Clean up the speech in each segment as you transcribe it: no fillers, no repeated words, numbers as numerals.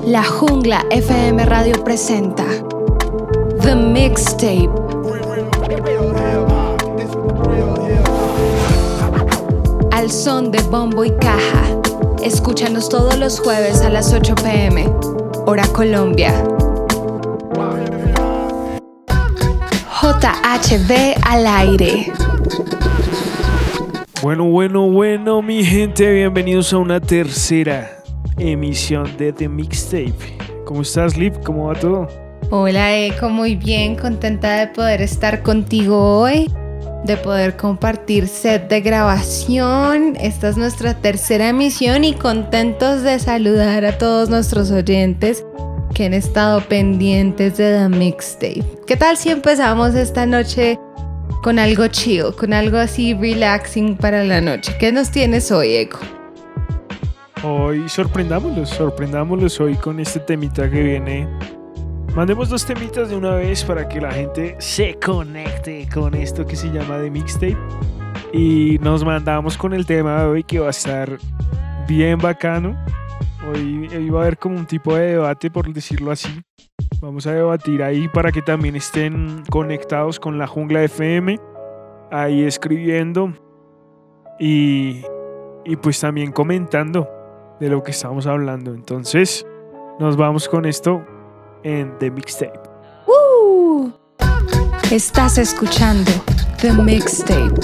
La Jungla FM Radio presenta The Mixtape. Al son de bombo y caja. Escúchanos todos los jueves a las 8 p.m. Hora Colombia. JHD al aire. Bueno, mi gente, bienvenidos a una tercera emisión de The Mixtape. ¿Cómo estás, Lip? ¿Cómo va todo? Hola, Eco, muy bien, contenta de poder estar contigo hoy, de poder compartir set de grabación. Esta es nuestra tercera emisión y contentos de saludar a todos nuestros oyentes que han estado pendientes de The Mixtape. ¿Qué tal si empezamos esta noche con algo chill, con algo así relaxing para la noche? ¿Qué nos tienes hoy, Eco? Hoy sorprendámoslos hoy con este temita que viene. Mandemos 2 temitas de una vez para que la gente se conecte con esto que se llama The Mixtape. Y nos mandamos con el tema de hoy, que va a estar bien bacano. Hoy va a haber como un tipo de debate, por decirlo así. Vamos a debatir ahí para que también estén conectados con la Jungla FM, ahí escribiendo y pues también comentando de lo que estamos hablando. Entonces nos vamos con esto en The Mixtape. Estás escuchando The Mixtape.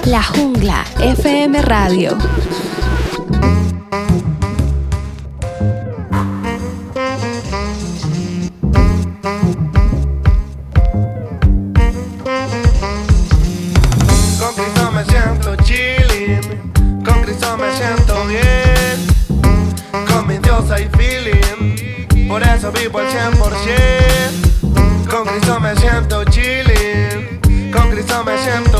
La Jungla FM Radio. Con Cristo me siento chilling, con Cristo me siento bien, con mi Dios hay feeling, por eso vivo al 100%. Con Cristo me siento chilling, con Cristo me siento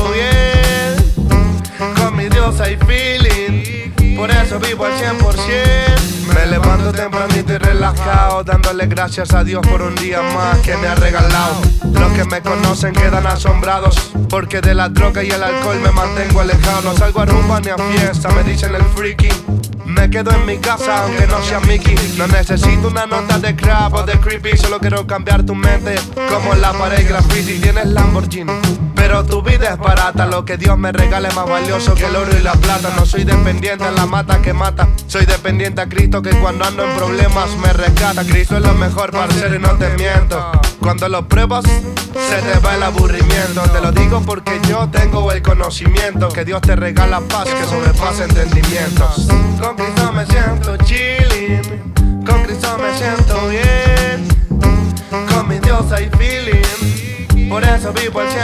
bien, con mi Dios hay feeling, por eso vivo al 100%. Me levanto tempranito y relajado, dándole gracias a Dios por un día más que me ha regalado. Los que me conocen quedan asombrados, porque de la droga y el alcohol me mantengo alejado. No salgo a rumba ni a fiesta, me dicen el freaky. Me quedo en mi casa aunque no sea Mickey. No necesito una nota de crap o de creepy, solo quiero cambiar tu mente como la pared graffiti. Tienes Lamborghini, pero tu vida es barata. Lo que Dios me regala es más valioso que el oro y la plata. No soy dependiente a la mata que mata, soy dependiente a Cristo que cuando ando en problemas me rescata. Cristo es lo mejor, parcero, y no te miento. Cuando lo pruebas, se te va el aburrimiento. Te lo digo porque yo tengo el conocimiento que Dios te regala paz que sobrepasa entendimientos. Con Cristo me siento chilling, con Cristo me siento bien, con mi Dios hay feeling, por eso vivo al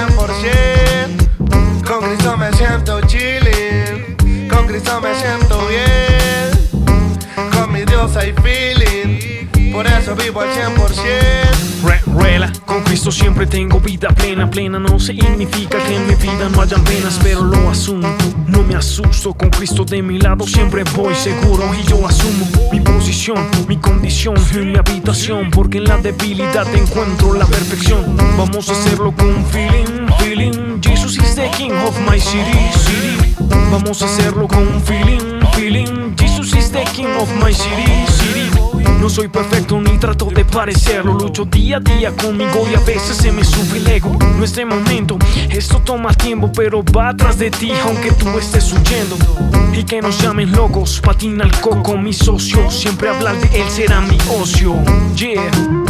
100%. Con Cristo me siento chilling, con Cristo me siento bien, con mi Dios hay feeling, por eso vivo al 100%. Rela, con Cristo siempre tengo vida plena. Plena no significa que en mi vida no hayan penas, pero lo asumo, no me asusto. Con Cristo de mi lado siempre voy seguro y yo asumo mi posición, mi condición en mi habitación, porque en la debilidad encuentro la perfección. Vamos a hacerlo con feeling, feeling. Jesus is the king of my city, city. Vamos a hacerlo con feeling, feeling. Jesus is the king of my city, city. No soy perfecto ni trato de parecerlo, lucho día a día conmigo y a veces se me sube el ego. No es de momento, esto toma tiempo, pero va atrás de ti aunque tú estés huyendo. Y que nos llamen locos, patina el coco, mi socio. Siempre hablar de él será mi ocio. Yeah.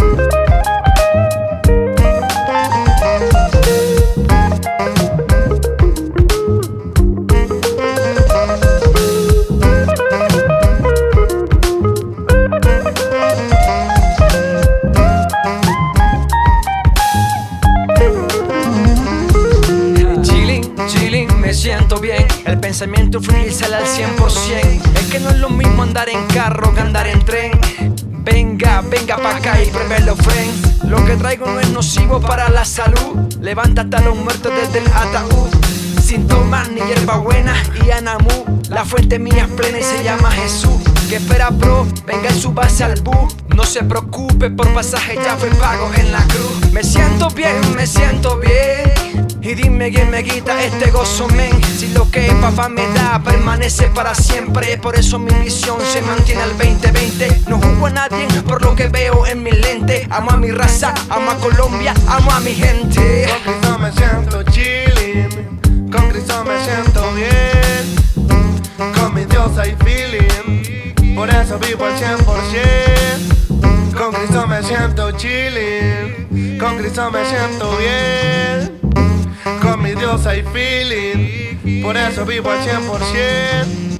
Siento bien, el pensamiento fluye y sale al 100%. Es que no es lo mismo andar en carro que andar en tren. Venga, venga pa' acá y pruébelo, friend. Lo que traigo no es nocivo para la salud. Levántate a los muertos desde el ataúd. Síntomas ni hierbabuena y anamú. La fuente mía es plena y se llama Jesús. Que espera bro, venga y súbase al bus. No se preocupe por pasaje, ya fue pago en la cruz. Me siento bien, me siento bien. Y dime quién me quita este gozo, men. Si lo que papá me da permanece para siempre. Por eso mi visión se mantiene al 2020. No juzgo a nadie por lo que veo en mi lente. Amo a mi raza, amo a Colombia, amo a mi gente. Con Cristo me siento chilling, con Cristo me siento bien, con mi Dios hay feeling, por eso vivo al 100%. Con Cristo me siento chilling, con Cristo me siento bien, con mi Dios hay feeling, por eso vivo al 100%.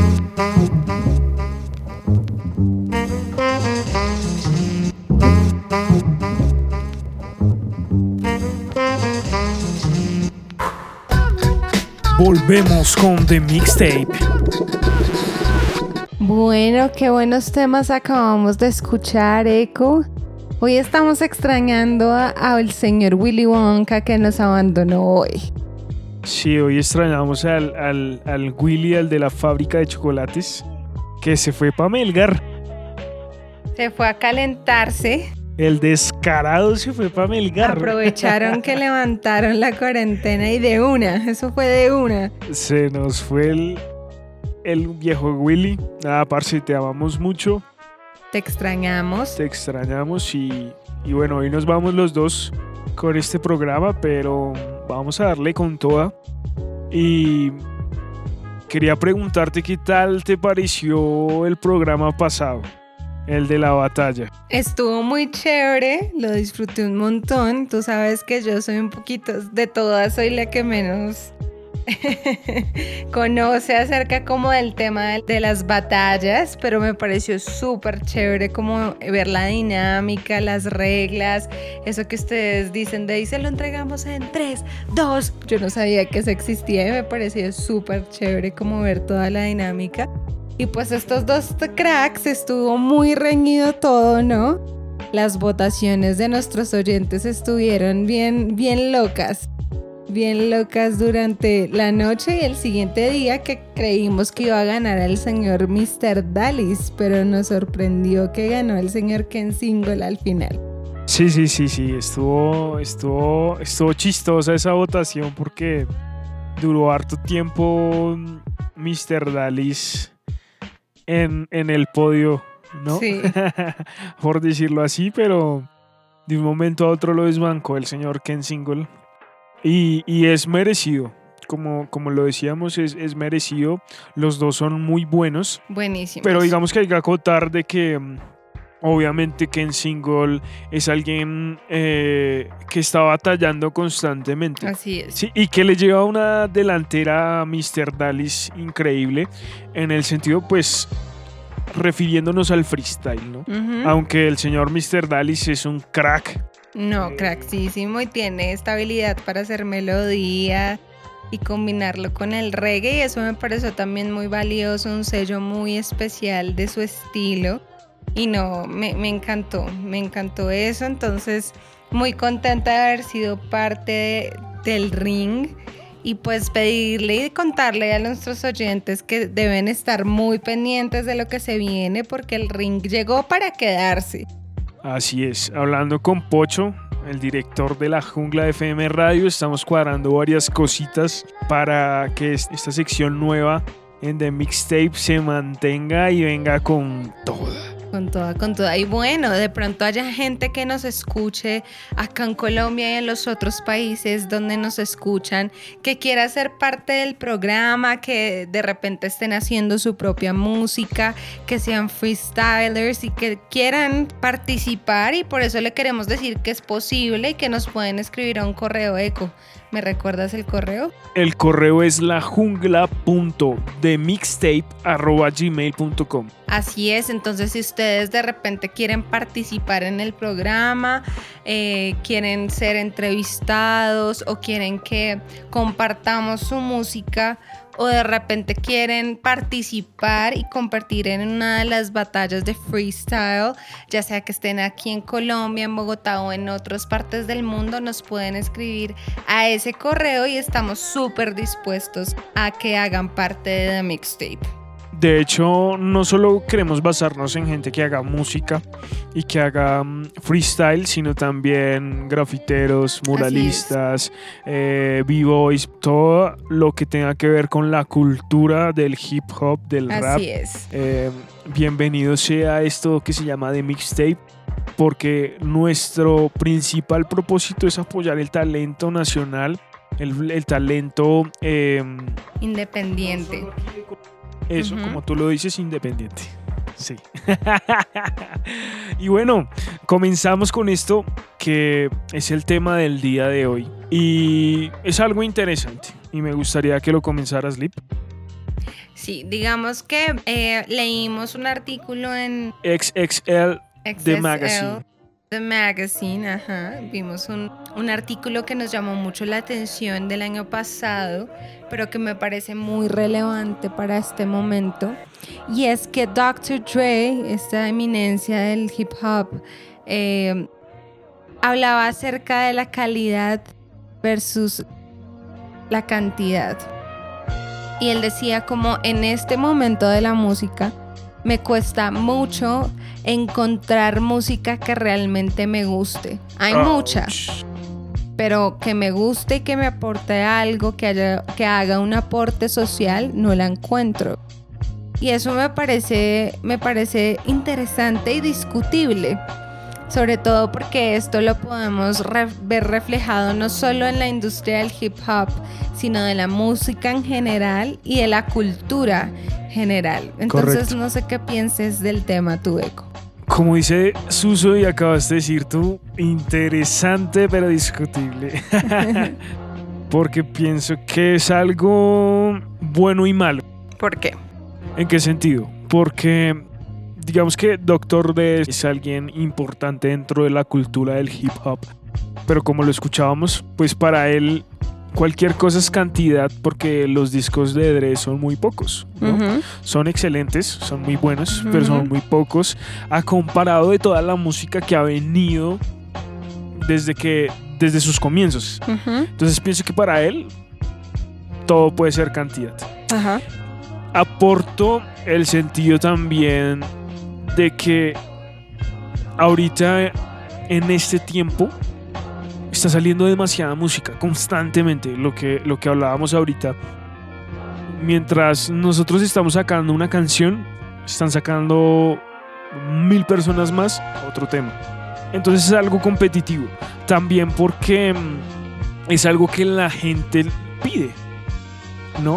Volvemos con The Mixtape. Bueno, qué buenos temas acabamos de escuchar, Eco. Hoy estamos extrañando al señor Willy Wonka que nos abandonó hoy. Sí, hoy extrañamos al Willy, al de la fábrica de chocolates, que se fue para Melgar. Se fue a calentarse. El descarado se fue para Melgar. Aprovecharon que levantaron la cuarentena y de una, eso fue de una. Se nos fue el viejo Willy. Nada, parce, te amamos mucho. Te extrañamos. Te extrañamos y bueno, hoy nos vamos los dos con este programa, pero vamos a darle con toda. Y quería preguntarte qué tal te pareció el programa pasado, el de la batalla. Estuvo muy chévere, lo disfruté un montón. Tú sabes que yo soy un poquito de todas, soy la que menos conoce acerca como del tema de las batallas, pero me pareció súper chévere como ver la dinámica, las reglas, eso que ustedes dicen de ahí se lo entregamos en 3, 2. Yo no sabía que eso existía y me pareció súper chévere como ver toda la dinámica. Y pues estos dos cracks estuvo muy reñido todo, ¿no? Las votaciones de nuestros oyentes estuvieron bien locas durante la noche y el siguiente día, que creímos que iba a ganar el señor Mr. Dallis, pero nos sorprendió que ganó el señor Ken Single al final. Sí, estuvo chistosa esa votación porque duró harto tiempo Mr. Dallis en el podio, ¿no? Sí. Por decirlo así, pero de un momento a otro lo desbancó el señor Ken Single y es merecido, como lo decíamos, es merecido. Los dos son muy buenos. Buenísimos. Pero digamos que hay que acotar de que obviamente Ken Single es alguien que está batallando constantemente. Así es. Sí, y que le lleva una delantera a Mr. Dallis increíble, en el sentido, pues, refiriéndonos al freestyle, ¿no? Uh-huh. Aunque el señor Mr. Dallis es un crack. No, cracksísimo, y tiene estabilidad para hacer melodía y combinarlo con el reggae, y eso me pareció también muy valioso, un sello muy especial de su estilo. Y no, me encantó eso. Entonces, muy contenta de haber sido parte del ring. Y pues pedirle y contarle a nuestros oyentes que deben estar muy pendientes de lo que se viene, porque el ring llegó para quedarse. Así es, hablando con Pocho, el director de La Jungla de FM Radio, estamos cuadrando varias cositas para que esta sección nueva en The Mixtape se mantenga y venga con toda. Con toda. Y bueno, de pronto haya gente que nos escuche acá en Colombia y en los otros países donde nos escuchan, que quiera ser parte del programa, que de repente estén haciendo su propia música, que sean freestylers y que quieran participar, y por eso le queremos decir que es posible y que nos pueden escribir a un correo eco. ¿Me recuerdas el correo? El correo es lajungla.demixtape@gmail.com. Así es, entonces si ustedes de repente quieren participar en el programa, quieren ser entrevistados o quieren que compartamos su música, o de repente quieren participar y compartir en una de las batallas de freestyle, ya sea que estén aquí en Colombia, en Bogotá o en otras partes del mundo, nos pueden escribir a ese correo y estamos súper dispuestos a que hagan parte de The Mixtape. De hecho, no solo queremos basarnos en gente que haga música y que haga freestyle, sino también grafiteros, muralistas, b-boys, todo lo que tenga que ver con la cultura del hip hop, del rap. Así es. Bienvenido sea esto que se llama The Mixtape, porque nuestro principal propósito es apoyar el talento nacional, el talento independiente. Eso, como tú lo dices, independiente. Sí. Y bueno, comenzamos con esto que es el tema del día de hoy. Y es algo interesante. Y me gustaría que lo comenzaras, Lip. Sí, digamos que leímos un artículo en XXL The Magazine. The Magazine, ajá. Vimos un artículo que nos llamó mucho la atención del año pasado, pero que me parece muy relevante para este momento. Y es que Dr. Dre, esta eminencia del hip hop, hablaba acerca de la calidad versus la cantidad. Y él decía como en este momento de la música, me cuesta mucho encontrar música que realmente me guste. Hay mucha, pero que me guste y que me aporte algo, que haga un aporte social, no la encuentro. Y eso me parece interesante y discutible, sobre todo porque esto lo podemos ver reflejado no solo en la industria del hip hop, sino de la música en general y de la cultura general. Entonces, correcto. No sé qué pienses del tema, tú, Eco. Como dice Suso y acabas de decir tú, interesante pero discutible. porque pienso que es algo bueno y malo. ¿Por qué? ¿En qué sentido? Porque digamos que Dr. Dre es alguien importante dentro de la cultura del hip hop, pero como lo escuchábamos, pues para él cualquier cosa es cantidad, porque los discos de Dre son muy pocos, ¿no? Son excelentes, son muy buenos, pero son muy pocos a comparado de toda la música que ha venido desde sus comienzos. Entonces pienso que para él todo puede ser cantidad. Aporto el sentido también de que ahorita en este tiempo está saliendo demasiada música constantemente, lo que hablábamos ahorita. Mientras nosotros estamos sacando una canción, están sacando 1000 personas más otro tema. Entonces es algo competitivo. También porque es algo que la gente pide, ¿no?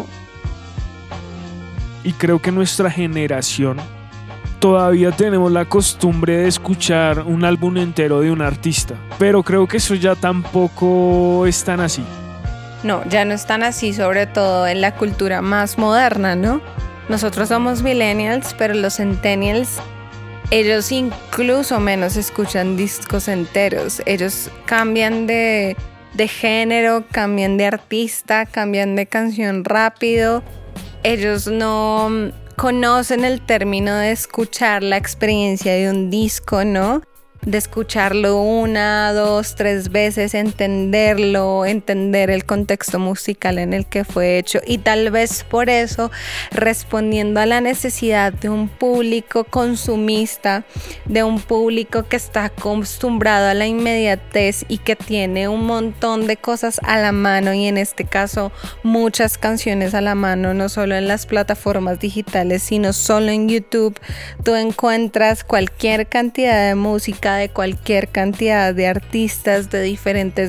Y creo que nuestra generación todavía tenemos la costumbre de escuchar un álbum entero de un artista, pero creo que eso ya tampoco es tan así. No, ya no es tan así, sobre todo en la cultura más moderna, ¿no? Nosotros somos millennials, pero los centennials, ellos incluso menos escuchan discos enteros. Ellos cambian de género, cambian de artista, cambian de canción rápido. Ellos no conocen el término de escuchar la experiencia de un disco, ¿no? De escucharlo 1, 2, 3 veces, entenderlo, entender el contexto musical en el que fue hecho, y tal vez por eso, respondiendo a la necesidad de un público consumista, de un público que está acostumbrado a la inmediatez y que tiene un montón de cosas a la mano, y en este caso muchas canciones a la mano, no solo en las plataformas digitales, sino solo en YouTube, tú encuentras cualquier cantidad de música de cualquier cantidad de artistas, de diferentes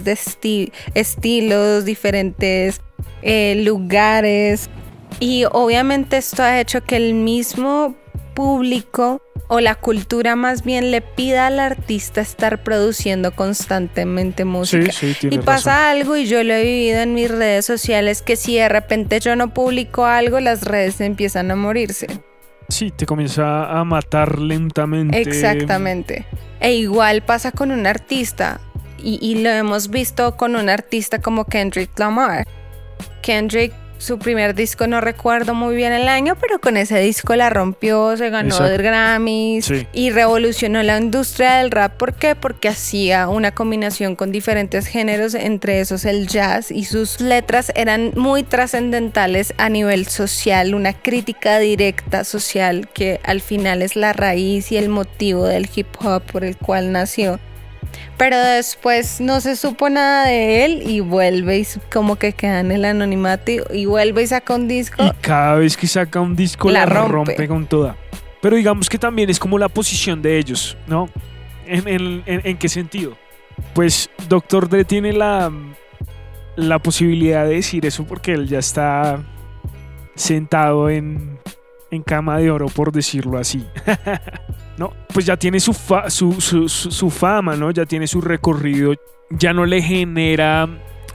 estilos, diferentes lugares, y obviamente esto ha hecho que el mismo público, o la cultura más bien, le pida al artista estar produciendo constantemente música. Sí, y pasa algo, y yo lo he vivido en mis redes sociales, que si de repente yo no publico algo, las redes empiezan a morirse. Sí, te comienza a matar lentamente. Exactamente. E igual pasa con un artista, y lo hemos visto con un artista como Kendrick Lamar. Kendrick, su primer disco, no recuerdo muy bien el año, pero con ese disco la rompió, se ganó Grammys, sí, y revolucionó la industria del rap. ¿Por qué? Porque hacía una combinación con diferentes géneros, entre esos el jazz, y sus letras eran muy trascendentales a nivel social, una crítica directa social que al final es la raíz y el motivo del hip hop por el cual nació. Pero después no se supo nada de él, y vuelve y como que queda en el anonimato, y vuelve y saca un disco. Y cada vez que saca un disco la rompe con toda. Pero digamos que también es como la posición de ellos, ¿no? ¿En qué sentido? Pues Dr. Dre tiene la posibilidad de decir eso porque él ya está sentado en cama de oro, por decirlo así. No, pues ya tiene su fama, ¿no? Ya tiene su recorrido, ya no le genera,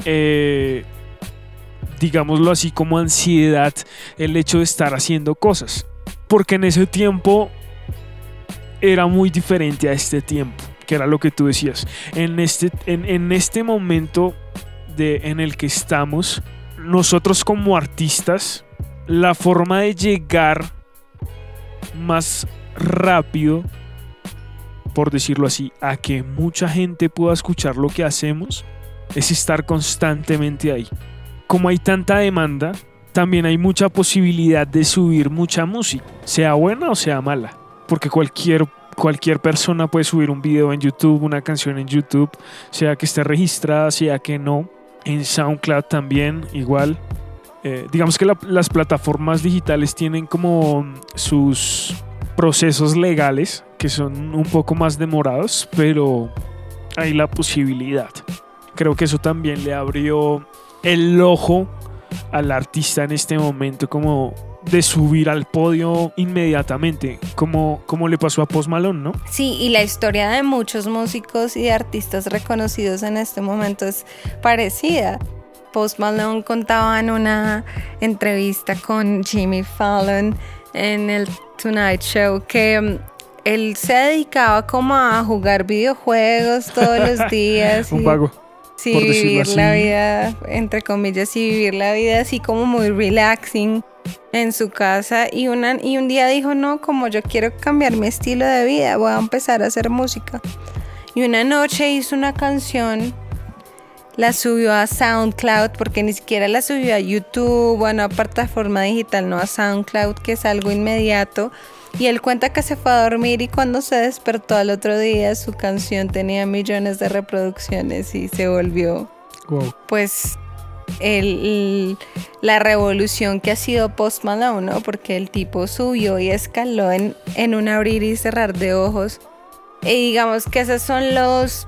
digámoslo así, como ansiedad el hecho de estar haciendo cosas, porque en ese tiempo era muy diferente a este tiempo, que era lo que tú decías. En este momento en el que estamos, nosotros como artistas, la forma de llegar más rápido, por decirlo así, a que mucha gente pueda escuchar lo que hacemos, es estar constantemente ahí. Como hay tanta demanda, también hay mucha posibilidad de subir mucha música, sea buena o sea mala, porque cualquier persona puede subir un video en YouTube, una canción en YouTube, sea que esté registrada, sea que no. En SoundCloud también igual. Digamos que las plataformas digitales tienen como sus procesos legales que son un poco más demorados, pero hay la posibilidad. Creo que eso también le abrió el ojo al artista en este momento, como de subir al podio inmediatamente, como le pasó a Post Malone, ¿no? Sí, y la historia de muchos músicos y de artistas reconocidos en este momento es parecida. Post Malone contaba en una entrevista con Jimmy Fallon en el Tonight Show que él se dedicaba como a jugar videojuegos todos los días. Un vago. Sí, vivir la vida, entre comillas, y vivir la vida así como muy relaxing en su casa. Y un día dijo, no, como yo quiero cambiar mi estilo de vida, voy a empezar a hacer música. Y una noche hizo una canción, la subió a SoundCloud, porque ni siquiera la subió a YouTube o a una plataforma digital, no, a SoundCloud, que es algo inmediato. Y él cuenta que se fue a dormir y cuando se despertó al otro día su canción tenía millones de reproducciones y se volvió, pues, la revolución que ha sido Post Malone, ¿no? Porque el tipo subió y escaló en un abrir y cerrar de ojos. Y digamos que esos son los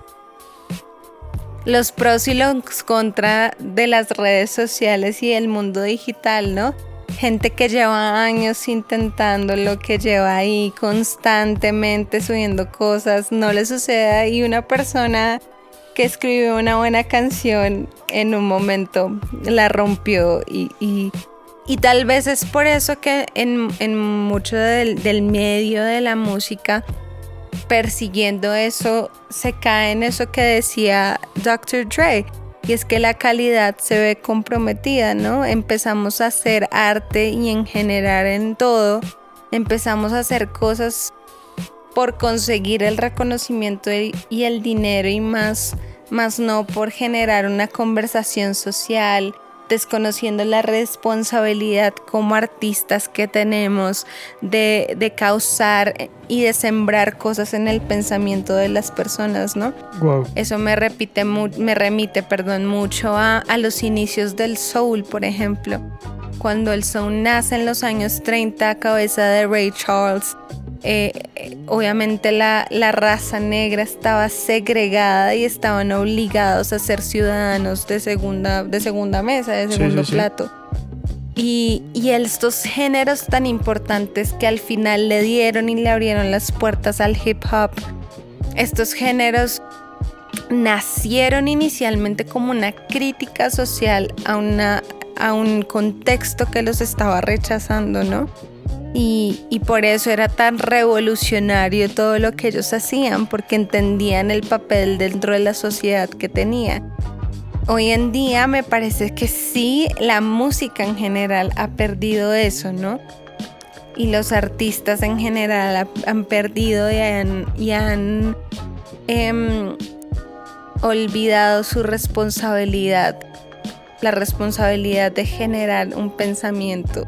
pros y los contras de las redes sociales y el mundo digital, ¿no? Gente que lleva años intentándolo, que lleva ahí constantemente subiendo cosas, no le suceda, y una persona que escribió una buena canción en un momento la rompió y tal vez es por eso que en mucho del medio de la música, persiguiendo eso, se cae en eso que decía Dr. Dre. Y es que la calidad se ve comprometida, ¿no? Empezamos a hacer arte y en general en todo, empezamos a hacer cosas por conseguir el reconocimiento y el dinero y más no por generar una conversación social, desconociendo la responsabilidad como artistas que tenemos de causar y de sembrar cosas en el pensamiento de las personas, ¿no? Wow. Eso me remite mucho a los inicios del soul, por ejemplo. Cuando el soul nace en los años 30 a cabeza de Ray Charles, obviamente la raza negra estaba segregada y estaban obligados a ser ciudadanos de segunda mesa, de segundo plato. Y estos géneros tan importantes que al final le dieron y le abrieron las puertas al hip hop, estos géneros nacieron inicialmente como una crítica social a un contexto que los estaba rechazando, ¿no? Y por eso era tan revolucionario todo lo que ellos hacían, porque entendían el papel dentro de la sociedad que tenía. Hoy en día me parece que sí, la música en general ha perdido eso, ¿no? Y los artistas en general han perdido y han olvidado su responsabilidad, la responsabilidad de generar un pensamiento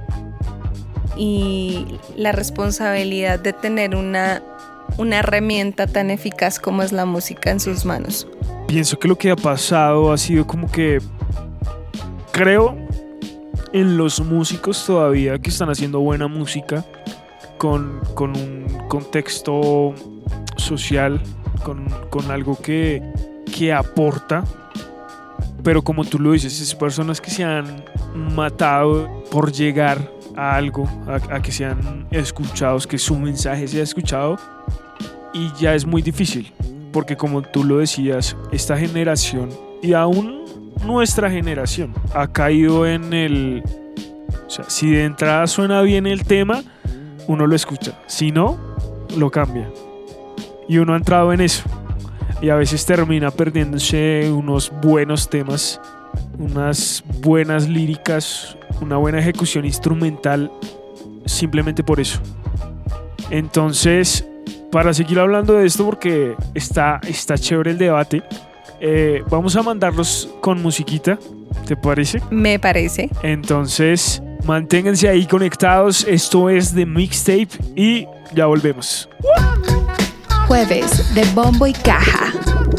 y la responsabilidad de tener una herramienta tan eficaz como es la música en sus manos. Pienso que lo que ha pasado ha sido como que, creo en los músicos todavía que están haciendo buena música con un contexto social, con algo que aporta, pero como tú lo dices, es personas que se han matado por llegar a algo, a que sean escuchados, que su mensaje sea escuchado, y ya es muy difícil, porque como tú lo decías, esta generación y aún nuestra generación ha caído en el... O sea, si de entrada suena bien el tema, uno lo escucha, si no, lo cambia, y uno ha entrado en eso, y a veces termina perdiéndose unos buenos temas, unas buenas líricas, una buena ejecución instrumental, simplemente por eso. Entonces, para seguir hablando de esto, porque está chévere el debate, vamos a mandarlos con musiquita, ¿te parece? Me parece. Entonces, manténganse ahí conectados, esto es The Mixtape y ya volvemos. Jueves de Bombo y Caja.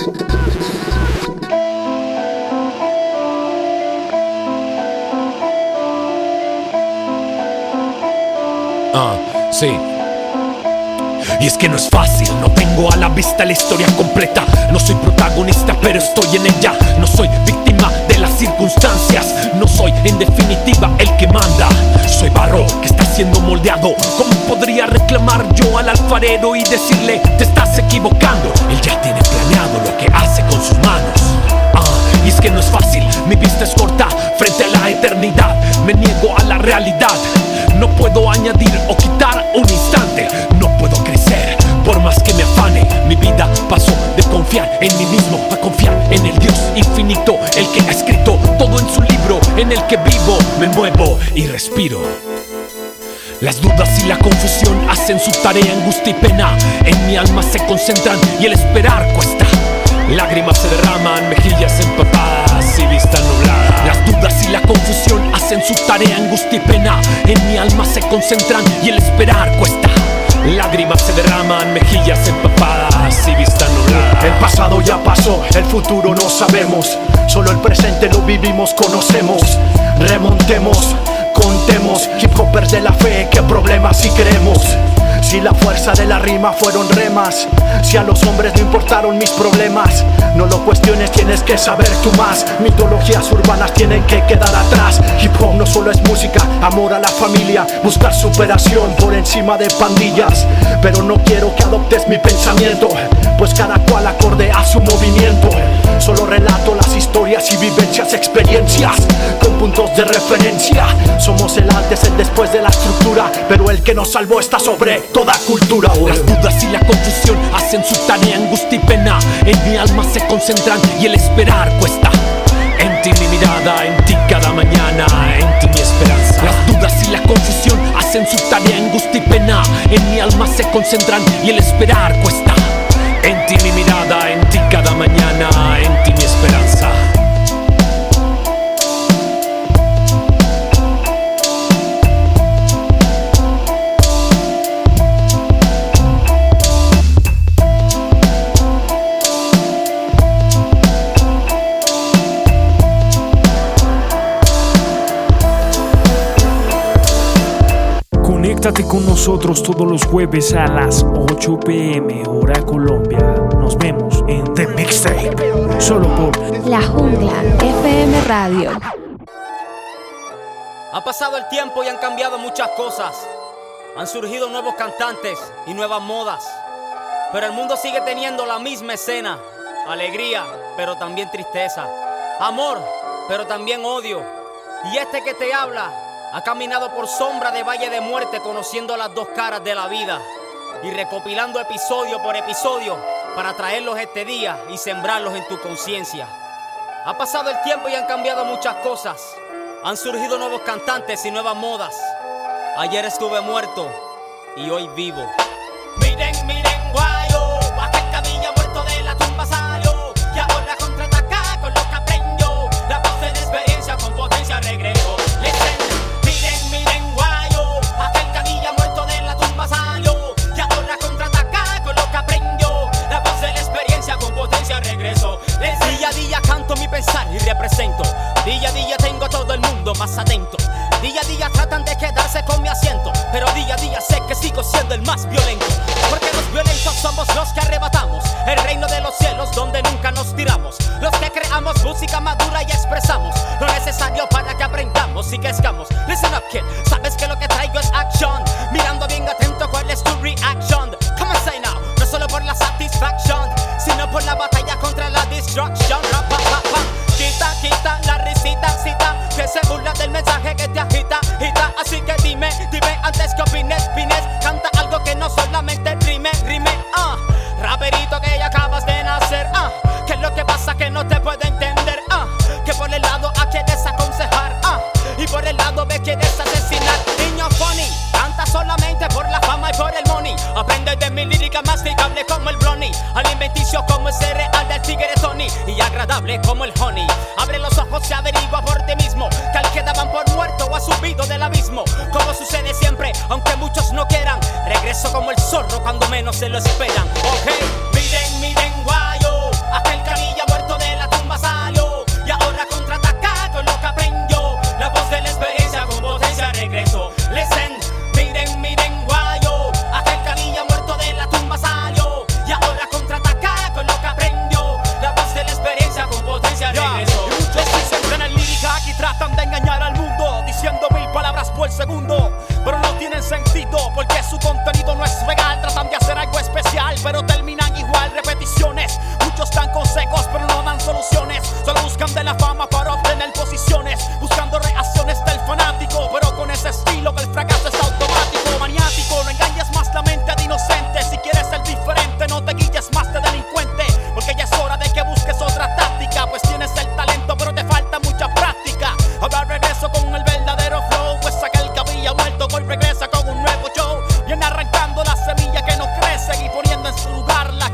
Sí. Y es que no es fácil, no tengo a la vista la historia completa. No soy protagonista, pero estoy en ella. No soy víctima de las circunstancias. No soy, en definitiva, el que manda. Soy barro que está siendo moldeado. ¿Cómo podría reclamar yo al alfarero y decirle, te estás equivocando? Él ya tiene planeado lo que hace con sus manos. Y es que no es fácil, mi vista es corta. realidad. No puedo añadir o quitar un instante. No puedo crecer por más que me afane. Mi vida pasó de confiar en mí mismo a confiar en el Dios infinito, el que ha escrito todo en su libro, en el que vivo, me muevo y respiro. Las dudas y la confusión hacen su tarea, angustia y pena en mi alma se concentran y el esperar cuesta. Lágrimas se derraman, mejillas empapadas y vista nublada. Las dudas y la confusión hacen su tarea, angustia y pena en mi alma se concentran y el esperar cuesta. Lágrimas se derraman, mejillas empapadas y vista nublada. El pasado ya pasó, el futuro no sabemos. Solo el presente lo vivimos, conocemos. Remontemos, contemos. Hip hopers de la fe, qué problemas si queremos. Si la fuerza de la rima fueron remas, si a los hombres no importaron mis problemas, no lo cuestiones, tienes que saber tú más. Mitologías urbanas tienen que quedar atrás. Hip hop no solo es música, amor a la familia, buscar superación por encima de pandillas. Pero no quiero que adoptes mi pensamiento, pues cada cual acorde a su movimiento. Solo relato las historias y vivencias, experiencias con puntos de referencia. Somos el antes, el después de la estructura, pero el que nos salvó está sobre toda cultura. Las dudas y la confusión hacen su tarea, angustia y pena en mi alma se concentran y el esperar cuesta. En ti mi mirada, en ti cada mañana, en ti mi esperanza. Las dudas y la confusión hacen su tarea, angustia y pena en mi alma se concentran y el esperar cuesta. En ti mi mirada, en ti cada mañana, en ti mi esperanza. Conéctate con nosotros todos los jueves a las 8 p.m. hora Colombia. Nos vemos en The Mixtape, solo por La Jungla FM Radio. Ha pasado el tiempo y han cambiado muchas cosas. Han surgido nuevos cantantes y nuevas modas. Pero el mundo sigue teniendo la misma escena. Alegría, pero también tristeza. Amor, pero también odio. Y este que te habla ha caminado por sombra de valle de muerte, conociendo las dos caras de la vida y recopilando episodio por episodio para traerlos este día y sembrarlos en tu conciencia. Ha pasado el tiempo y han cambiado muchas cosas. Han surgido nuevos cantantes y nuevas modas. Ayer estuve muerto y hoy vivo. Miren, miren, guayo, aquel cabilla muerto de la tumba salió y ahora contraataca con lo que aprendió. La voz de la experiencia con potencia regresó. Día a día canto mi pensar y represento. Día a día tengo a todo el mundo más atento. Día a día tratan de quedarse con mi asiento, pero día a día sé que sigo siendo el más violento. Porque los violentos somos los que arrebatamos el reino de los cielos donde nunca nos tiramos. Los que creamos música madura y expresamos lo necesario para que aprendamos y crezcamos. Listen up kid, sabes que lo que traigo es action. Mirando bien atento cuál es tu reaction. Come on say now, no solo por la satisfaction, sino por la batalla contra la destruction. Quita, quita la risita, cita, que se burla del mensaje que te agita, agita. Así que dime, dime antes que opines, pines. Canta algo que no solamente rime, rime, raperito que ya acabas de nacer, que es lo que pasa que no te puedo entender, que por el lado A quieres aconsejar, y por el lado B quieres asesinar. Niño funny, canta solamente por la fama y por el money. Aprende de mi lírica masticable como el Blondie, alimenticio como el cereal del tigre Tony, y agradable como el honey. Abre los ojos y averigua por ti mismo que al que daban por muerto o ha subido del abismo. Como sucede siempre, aunque muchos no quieran, regreso como el zorro cuando menos se lo esperan. Ok, miren, miren, guayo, aquel canilla muerto de la tumba salió y ahora contraataca con lo que aprendió. La voz de la experiencia con potencia regresó. Listen, miren, miren, guayo, aquel canilla muerto de la tumba salió y ahora contraataca con lo que aprendió. La voz de la experiencia con potencia regresó. Y muchos dicen tener lírica y tratan de engañar al mundo, diciendo 1000 palabras por segundo, pero no tienen sentido porque su contenido no es real. Tratan de hacer algo especial, pero terminan igual.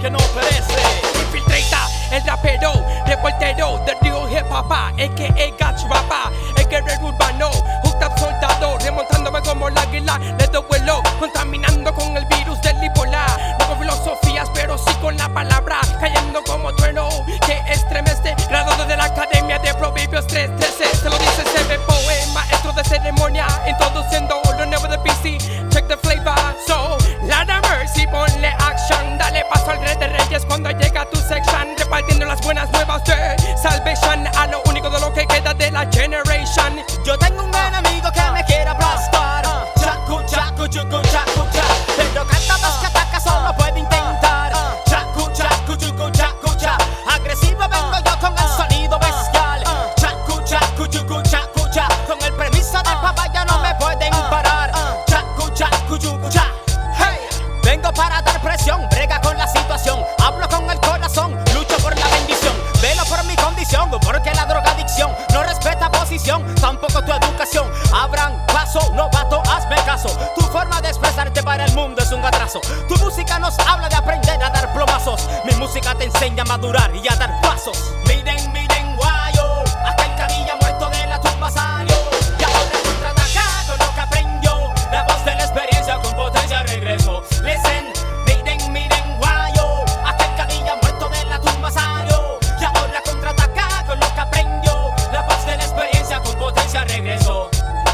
que no perece. Infiltrata, el rapero, reportero del río hip hop, a.k.a. Gats Rapa, el guerrero urbano, hooked up soldado, remontándome como el águila, le doy vuelo, contaminando con el virus del Ebola. No con filosofías, pero sí con la palabra, cayendo como trueno que estremece. Graduado de la Academia de Proverbios 3:13, se lo dice CB Poe, maestro de ceremonia, introduciendo lo nuevo de PC. Check the flavor, so Lord of mercy, ponle action, dale paso al rey de reyes cuando llega tu section, repartiendo las buenas nuevas de salvation a lo único de lo que queda de la generation. Yo tengo un enemigo que me quiere aplastar, chacu, chacu, chucu, chacu, cha, pero canta más que ataca, solo puede intentar, chacu, chacu, chucu, chacu, cha, agresivo vengo yo con el sonido bestial, chacu, chacu, chucu, chacu, cha, con el permiso del papá ya no me pueden parar, chacu, chacu, chucu, cha, hey, vengo para dar presión, brega con la situación, hablo con el corazón, lucho por la bendición, velo por mi condición, porque la drogadicción no respeta posición, tampoco tu educación, abran paso, novato, hazme caso, tu forma de expresarte para el mundo es un atraso, tu música nos habla de aprender a dar plomazos, mi música te enseña a madurar y a dar pasos. Miren, miren, guayo, hasta el cabilla muerto de la tumba salió, y ahora contraataca con lo que aprendió, la voz de la experiencia con potencia regreso. Listen, miren, miren, guayo, hasta el cabilla muerto de la tumba salió, y ahora contraataca con lo que aprendió, la voz de la experiencia con potencia regreso.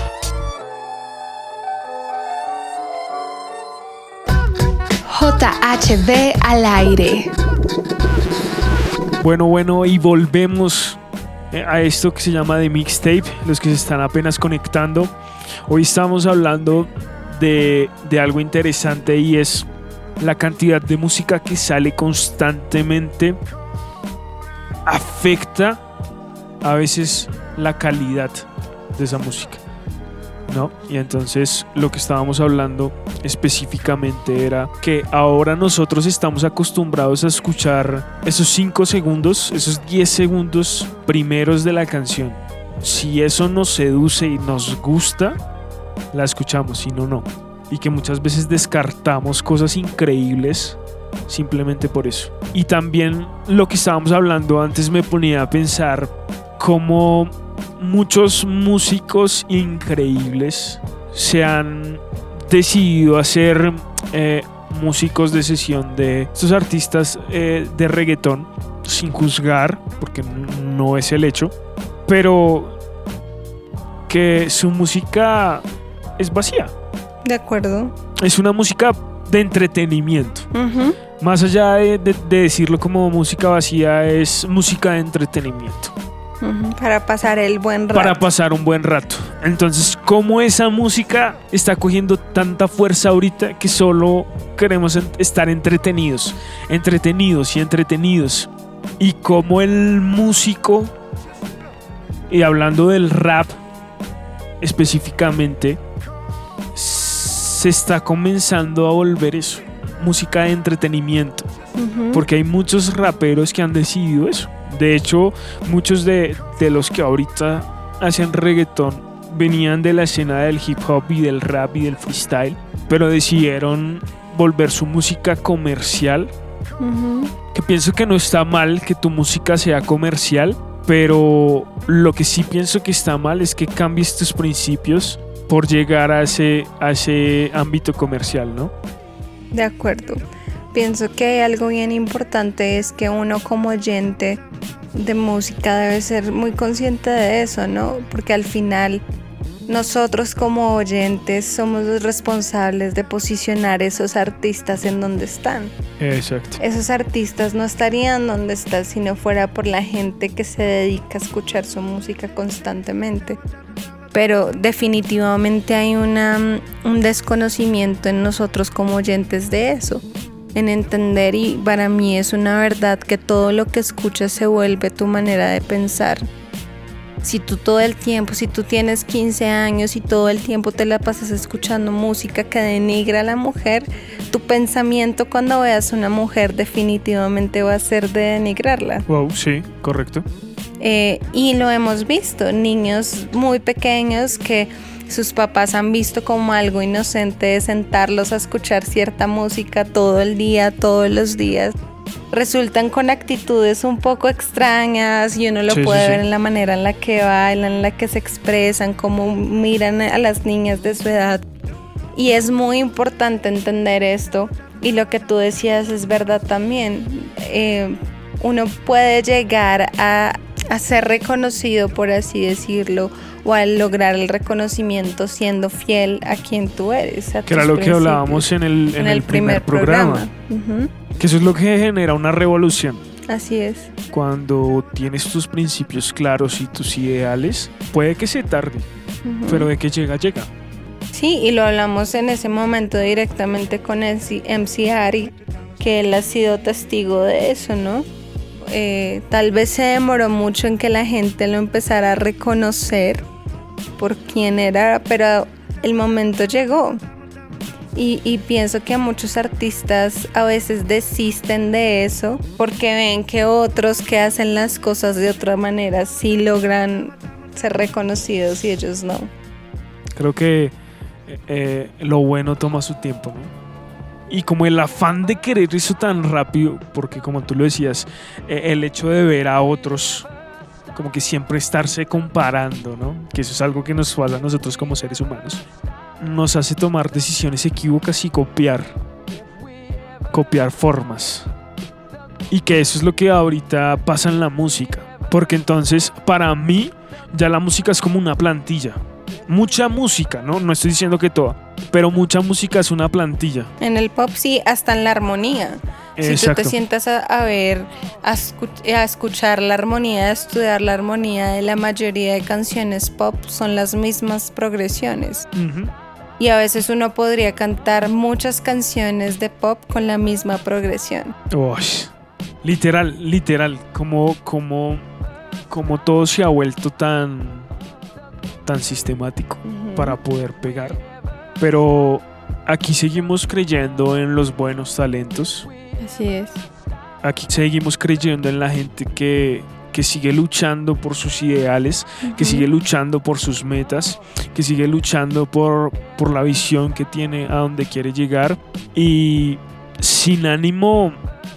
JHD al aire. Bueno, y volvemos a esto que se llama The Mixtape. Los que se están apenas conectando, hoy estamos hablando de algo interesante, y es la cantidad de música que sale constantemente afecta a veces la calidad de esa música, ¿no? Y entonces lo que estábamos hablando específicamente era que ahora nosotros estamos acostumbrados a escuchar esos 5 segundos, esos 10 segundos primeros de la canción. Si eso nos seduce y nos gusta, la escuchamos, si no, no. Y que muchas veces descartamos cosas increíbles simplemente por eso. Y también lo que estábamos hablando antes me ponía a pensar cómo muchos músicos increíbles se han decidido a ser músicos de sesión de estos artistas de reggaetón, sin juzgar, porque no es el hecho, pero que su música es vacía. De acuerdo. Es una música de entretenimiento. Uh-huh. Más allá de decirlo como música vacía, es música de entretenimiento. Uh-huh. Para pasar el buen rato. Para pasar un buen rato. Entonces, ¿cómo esa música está cogiendo tanta fuerza ahorita que solo queremos estar entretenidos? Y cómo el músico, y hablando del rap específicamente, se está comenzando a volver eso, música de entretenimiento. Uh-huh. Porque hay muchos raperos que han decidido eso. De hecho, muchos de los que ahorita hacen reggaetón venían de la escena del hip hop y del rap y del freestyle, pero decidieron volver su música comercial. Uh-huh. Que pienso que no está mal que tu música sea comercial, pero lo que sí pienso que está mal es que cambies tus principios por llegar a ese ámbito comercial, ¿no? De acuerdo. Pienso que hay algo bien importante, es que uno como oyente de música debe ser muy consciente de eso, ¿no? Porque al final nosotros como oyentes somos los responsables de posicionar esos artistas en donde están. Exacto. Esos artistas no estarían donde están si no fuera por la gente que se dedica a escuchar su música constantemente. Pero definitivamente hay un desconocimiento en nosotros como oyentes de eso, en entender, y para mí es una verdad que todo lo que escuchas se vuelve tu manera de pensar. Si tú todo el tiempo, si tú tienes 15 años y todo el tiempo te la pasas escuchando música que denigra a la mujer, tu pensamiento cuando veas a una mujer definitivamente va a ser de denigrarla. Wow, sí, correcto. Y lo hemos visto, niños muy pequeños que sus papás han visto como algo inocente de sentarlos a escuchar cierta música todo el día, todos los días, resultan con actitudes un poco extrañas y uno lo puede ver en la manera en la que bailan, en la que se expresan, cómo miran a las niñas de su edad. Y es muy importante entender esto, y lo que tú decías es verdad también. Uno puede llegar a ser reconocido, por así decirlo, o a lograr el reconocimiento siendo fiel a quien tú eres. Que era lo que hablábamos en el primer programa. Que eso es lo que genera una revolución. Así es. Cuando tienes tus principios claros y tus ideales, puede que se tarde, pero de que llega, llega. Sí, y lo hablamos en ese momento directamente con MC Ari, que él ha sido testigo de eso, ¿no? Tal vez se demoró mucho en que la gente lo empezara a reconocer por quién era, pero el momento llegó. Y pienso que muchos artistas a veces desisten de eso porque ven que otros que hacen las cosas de otra manera sí logran ser reconocidos y ellos no. Creo que lo bueno toma su tiempo, ¿no? Y como el afán de querer eso tan rápido, porque como tú lo decías, el hecho de ver a otros, como que siempre estarse comparando, ¿no? Que eso es algo que nos pasa a nosotros como seres humanos, nos hace tomar decisiones equívocas y copiar formas. Y que eso es lo que ahorita pasa en la música, porque entonces para mí ya la música es como una plantilla. Mucha música, ¿no? No estoy diciendo que toda, pero mucha música es una plantilla. En el pop sí, hasta en la armonía. Exacto. Si tú te sientas a ver, a escuchar la armonía, a estudiar la armonía de la mayoría de canciones pop, son las mismas progresiones. Y a veces uno podría cantar muchas canciones de pop con la misma progresión. Literal, como todo se ha vuelto tan sistemático para poder pegar. Pero aquí seguimos creyendo en los buenos talentos. Así es. Aquí seguimos creyendo en la gente que sigue luchando por sus ideales, que sigue luchando por sus metas, que sigue luchando por la visión que tiene a donde quiere llegar, y sin ánimo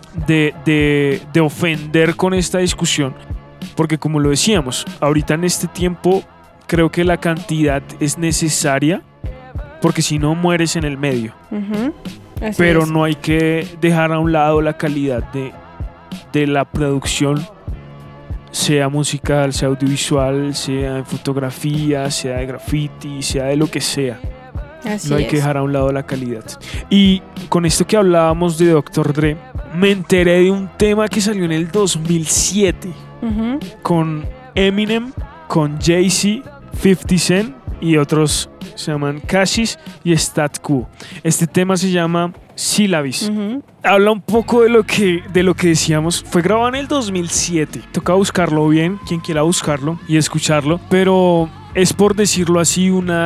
de ofender con esta discusión, porque como lo decíamos, ahorita en este tiempo creo que la cantidad es necesaria, porque si no mueres en el medio. Pero no hay que dejar a un lado la calidad de la producción, sea musical, sea audiovisual, sea en fotografía, sea de graffiti, sea de lo que sea. No hay que dejar a un lado la calidad. Y con esto que hablábamos de Dr. Dre, me enteré de un tema que salió en el 2007 con Eminem, con Jay-Z, 50 Cent y otros, se llaman Cassis y Stat Q. Este tema se llama Syllabis. Habla un poco de lo que decíamos. Fue grabado en el 2007. Toca buscarlo bien, quien quiera buscarlo y escucharlo, pero es, por decirlo así,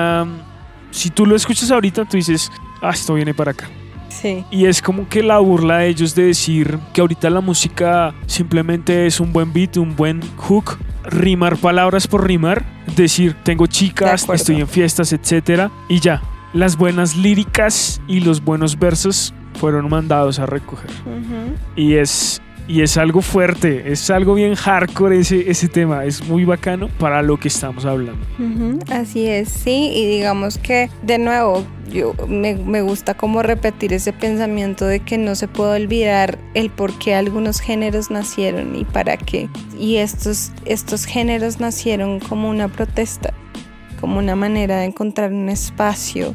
si tú lo escuchas ahorita, tú dices, esto viene para acá. Sí. Y es como que la burla de ellos de decir que ahorita la música simplemente es un buen beat, un buen hook, rimar palabras por rimar, decir tengo chicas, estoy en fiestas, etcétera, y ya. Las buenas líricas y los buenos versos fueron mandados a recoger. Y es algo fuerte, es algo bien hardcore ese tema, es muy bacano para lo que estamos hablando. Así es, sí, y digamos que de nuevo me gusta como repetir ese pensamiento de que no se puede olvidar el por qué algunos géneros nacieron y para qué. Y estos géneros nacieron como una protesta, como una manera de encontrar un espacio,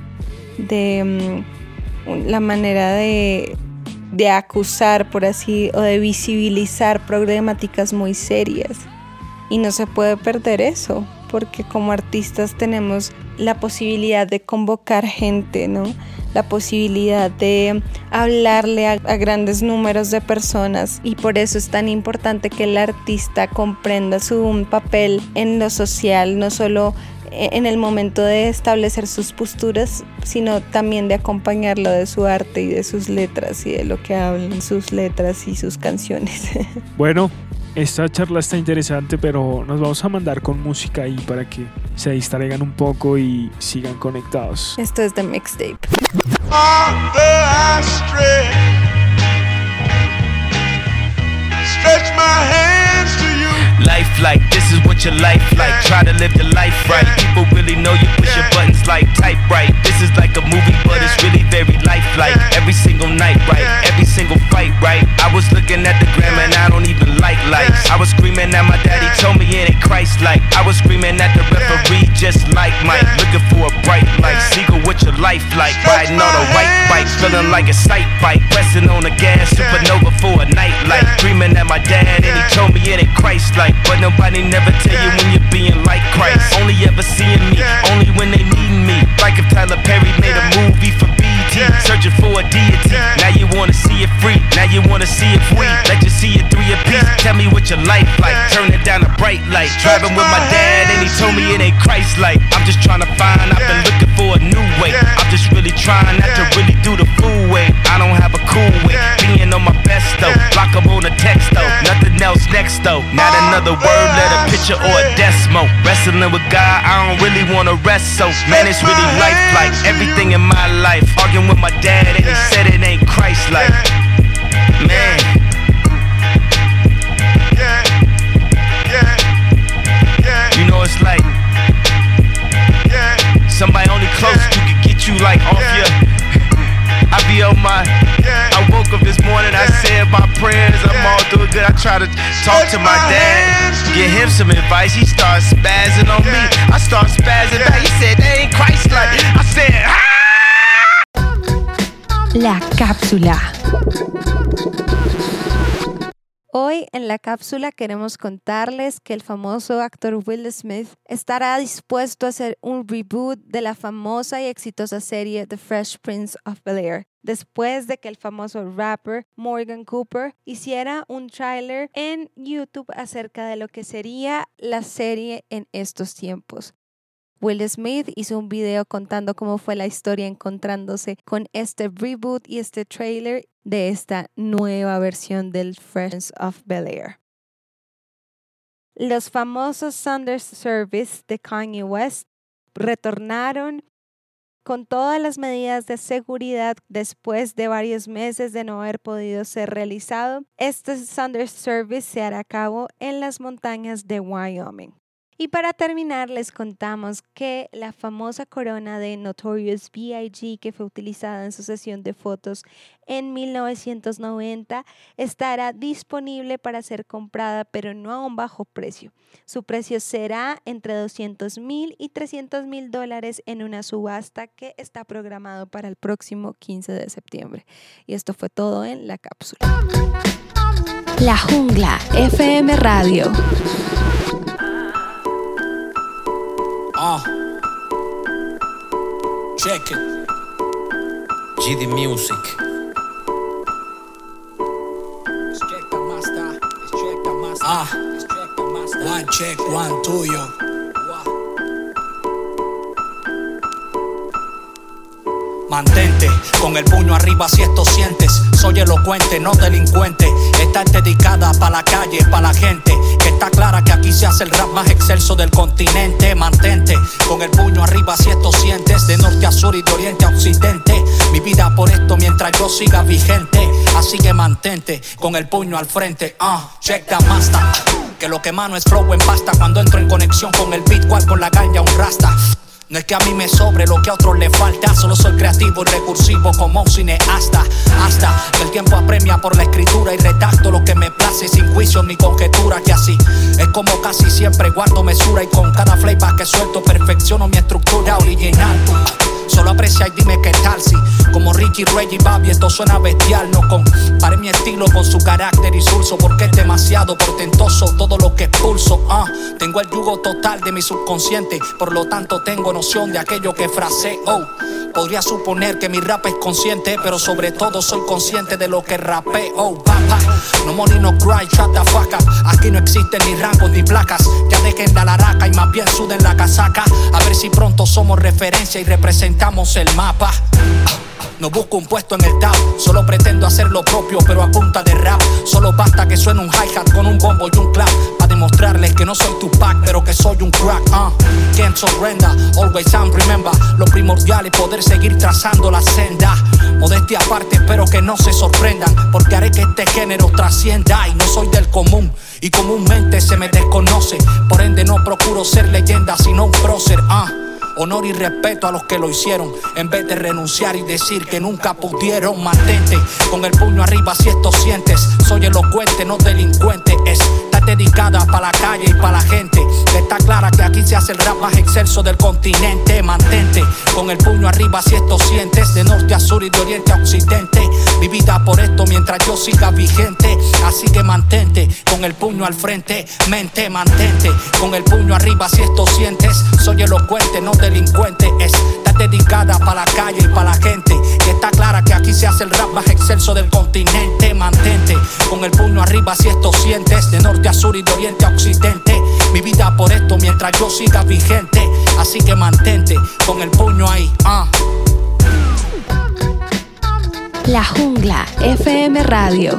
de la manera de acusar, por así, o de visibilizar problemáticas muy serias. Y no se puede perder eso, porque como artistas tenemos la posibilidad de convocar gente, ¿no? La posibilidad de hablarle a grandes números de personas, y por eso es tan importante que el artista comprenda su papel en lo social, no solo en el momento de establecer sus posturas, sino también de acompañarlo de su arte y de sus letras y de lo que hablan sus letras y sus canciones. Bueno, esta charla está interesante, pero nos vamos a mandar con música ahí para que se distraigan un poco y sigan conectados. Esto es The Mixtape. like. This is what your life like. Try to live your life right. People really know you push your buttons like type right. This is like a movie, but it's really very lifelike. Every single night, right? Every single fight, right? I was looking at the gram and I don't even like lights. I was screaming at my daddy, told me it ain't Christ-like. I was screaming at the referee, just like Mike. Looking for a bright light. Seagull, what your life like? Riding on a white bike, feeling like a sight bike. Pressing on the gas, supernova for a night light. Screaming at my dad and he told me it ain't Christ-like. But nobody never tell you when you're being like Christ. Only ever seeing me, only when they needin' me. Like if Tyler Perry made a movie for BET, searching for a deity. Now you wanna see it free, now you wanna see it free. Let you see it 3 apiece. Tell me what your life like, turn it down a bright light. Driving with my dad and he told me it ain't Christ-like. I'm just trying to find, I've been looking for a new way. I'm just really trying not to really do the fool way. I don't have a cool way, being on my best though. Block up on the text though, nothing else next though. Not another word, let a picture or a decimal. Wrestling with God, I don't really wanna rest so. Man, it's really lifelike, everything in my life. Arguing with my dad and he said it ain't Christ-like. Man. You know it's like somebody only close you can get you like off your. I be on my. I woke up this morning, I said my prayers, I'm all doing good. I try to talk to my dad, give him some advice. He starts spazzing on me, I start spazzing back. He said they ain't Christ-like. I said La cápsula. Hoy en la cápsula queremos contarles que el famoso actor Will Smith estará dispuesto a hacer un reboot de la famosa y exitosa serie The Fresh Prince of Bel-Air, después de que el famoso rapper Morgan Cooper hiciera un tráiler en YouTube acerca de lo que sería la serie en estos tiempos. Will Smith hizo un video contando cómo fue la historia encontrándose con este reboot y este trailer de esta nueva versión del Friends of Bel-Air. Los famosos Sunday Service de Kanye West retornaron con todas las medidas de seguridad después de varios meses de no haber podido ser realizado. Este Sunday Service se hará a cabo en las montañas de Wyoming. Y para terminar les contamos que la famosa corona de Notorious B.I.G. que fue utilizada en su sesión de fotos en 1990 estará disponible para ser comprada, pero no a un bajo precio. Su precio será entre $200,000 y $300,000 en una subasta que está programado para el próximo 15 de septiembre. Y esto fue todo en la cápsula. La Jungla FM Radio. Check it. GD Music. One check, one tuyo. Mantente con el puño arriba si esto sientes. Soy elocuente, no delincuente. Esta es dedicada pa' la calle, pa' la gente que está clara que aquí se hace el rap más excelso del continente. Mantente con el puño arriba si esto sientes. De norte a sur y de oriente a occidente. Mi vida por esto mientras yo siga vigente. Así que mantente con el puño al frente. Check the master. Que lo que mano es flow en pasta. Cuando entro en conexión con el beat, cual con la ganja un rasta. No es que a mí me sobre lo que a otros le falta. Solo soy creativo y recursivo como un cineasta. Hasta que el tiempo apremia por la escritura y redacto lo que me place sin juicio ni conjetura. Que así es como casi siempre guardo mesura. Y con cada flavor que suelto perfecciono mi estructura original. Solo aprecia y dime qué tal si como Ricky, Ray y Bobby esto suena bestial. No compare mi estilo con su carácter insulso, porque es demasiado portentoso todo lo que expulso. Tengo el yugo total de mi subconsciente, por lo tanto tengo noción de aquello que fraseo. Podría suponer que mi rap es consciente, pero sobre todo soy consciente de lo que rapeo. No money, no cry, shut the fuck up. Aquí no existen ni rangos ni placas. Ya dejen la laraca y más bien suden la casaca. A ver si pronto somos referencia y representación marcamos el mapa. No busco un puesto en el top, solo pretendo hacer lo propio, pero a punta de rap. Solo basta que suene un hi-hat con un bombo y un clap, para demostrarles que no soy Tupac, pero que soy un crack. Can't surrender, always and remember. Lo primordial es poder seguir trazando la senda. Modestia aparte, espero que no se sorprendan, porque haré que este género trascienda. Y no soy del común, y comúnmente se me desconoce. Por ende no procuro ser leyenda, sino un prócer. Honor y respeto a los que lo hicieron, en vez de renunciar y decir que nunca pudieron. Mantente con el puño arriba si esto sientes. Soy elocuente, no delincuente. Está dedicada para la calle y para la gente. Está clara que aquí se hace el rap más excelso del continente. Mantente con el puño arriba si esto sientes. De norte a sur y de oriente a occidente. Mi vida por esto mientras yo siga vigente. Así que mantente con el puño al frente. Mente, mantente con el puño arriba si esto sientes. Soy elocuente, no delincuente. Está dedicada para la calle y para la gente. Y está clara que aquí se hace el rap más excelso del continente. Mantente con el puño arriba si esto sientes. De norte a sur y de oriente a occidente. Mi vida por esto mientras yo siga vigente. Así que mantente con el puño ahí. La Jungla FM Radio.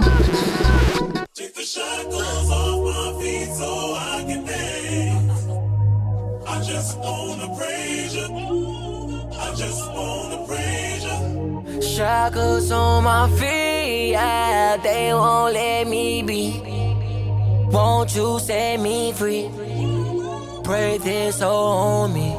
Shackles on my feet, yeah, they won't let me be. Won't you set me free? Pray this on me.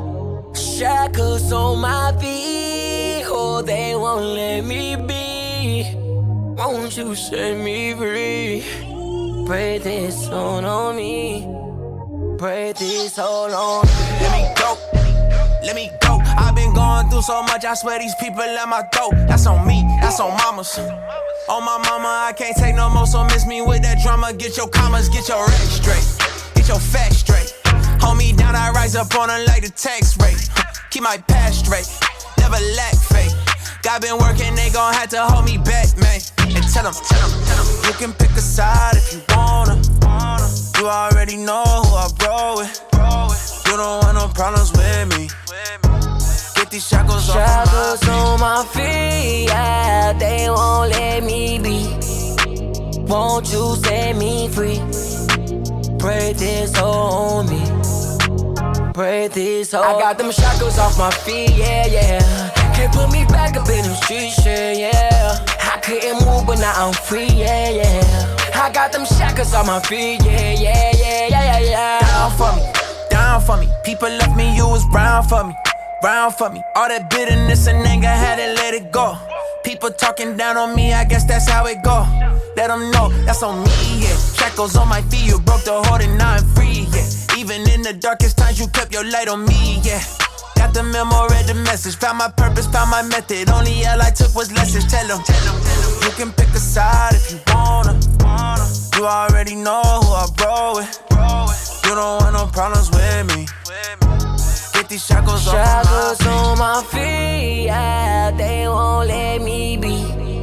Shackles on my feet, oh, they won't let me be. Won't you set me free? Pray this on me. Pray this all on me. Let me go. Let me go. I've been going through so much, I swear these people at my throat. That's on me, that's on mamas. On my mama, I can't take no more, so miss me with that drama. Get your commas, get your rap straight, get your facts straight. Hold me down, I rise up on her like the tax rate. Keep my past straight, never lack faith. God been working, they gon' have to hold me back, man. And tell them, you can pick a side if you wanna. You already know who I roll with. You don't want no problems with me. Get these shackles on my feet, yeah, they won't let me be. Won't you set me free? Pray this on me. Pray this on me. I got them shackles off my feet, yeah, yeah. Can't put me back up in them streets, yeah, yeah. I couldn't move, but now I'm free, yeah, yeah. I got them shackles on my feet, yeah, yeah, yeah, yeah, yeah. Down for me, down for me. People left me, you was brown for me. Brown for me, all that bitterness and anger, had to let it go. People talking down on me, I guess that's how it go. Let them know, that's on me, yeah. Shackles on my feet, you broke the hold and now I'm free, yeah. Even in the darkest times, you kept your light on me, yeah. Got the memo, read the message, found my purpose, found my method. Only L I took was lessons, tell them. You can pick a side if you wanna. You already know who I roll with. You don't want no problems with me. These shackles on my feet, yeah, they won't let me be.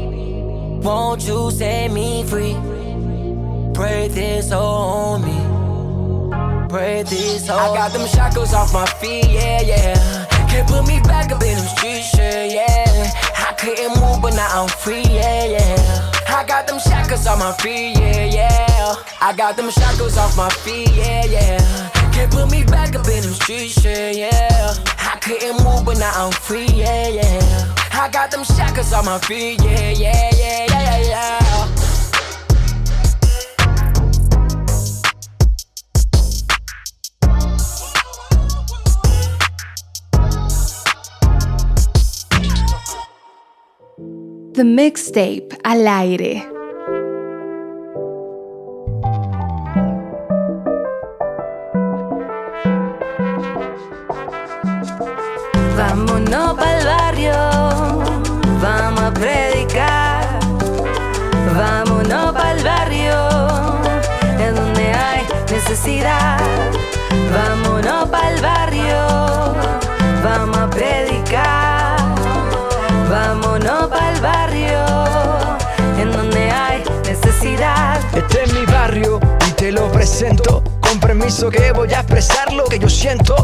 Won't you set me free? Pray this on me. Pray this on me. I got them shackles off my feet, yeah, yeah. Can't put me back up in them streets, yeah, yeah. I couldn't move, but now I'm free, yeah, yeah. I got them shackles on my feet, yeah, yeah. I got them shackles off my feet, yeah, yeah. Can't put me back up in them streets, yeah, yeah. I couldn't move, but now I'm free, yeah, yeah. I got them shackles on my feet, yeah, yeah, yeah, yeah, yeah. The Mixtape al aire. Vámonos pa'l barrio, vamos a predicar. Vámonos pa'l barrio, en donde hay necesidad. Vámonos pa'l barrio, vamos a predicar. Vámonos pa'l barrio, en donde hay necesidad. Este es mi barrio y te lo presento. Con permiso que voy a expresar lo que yo siento.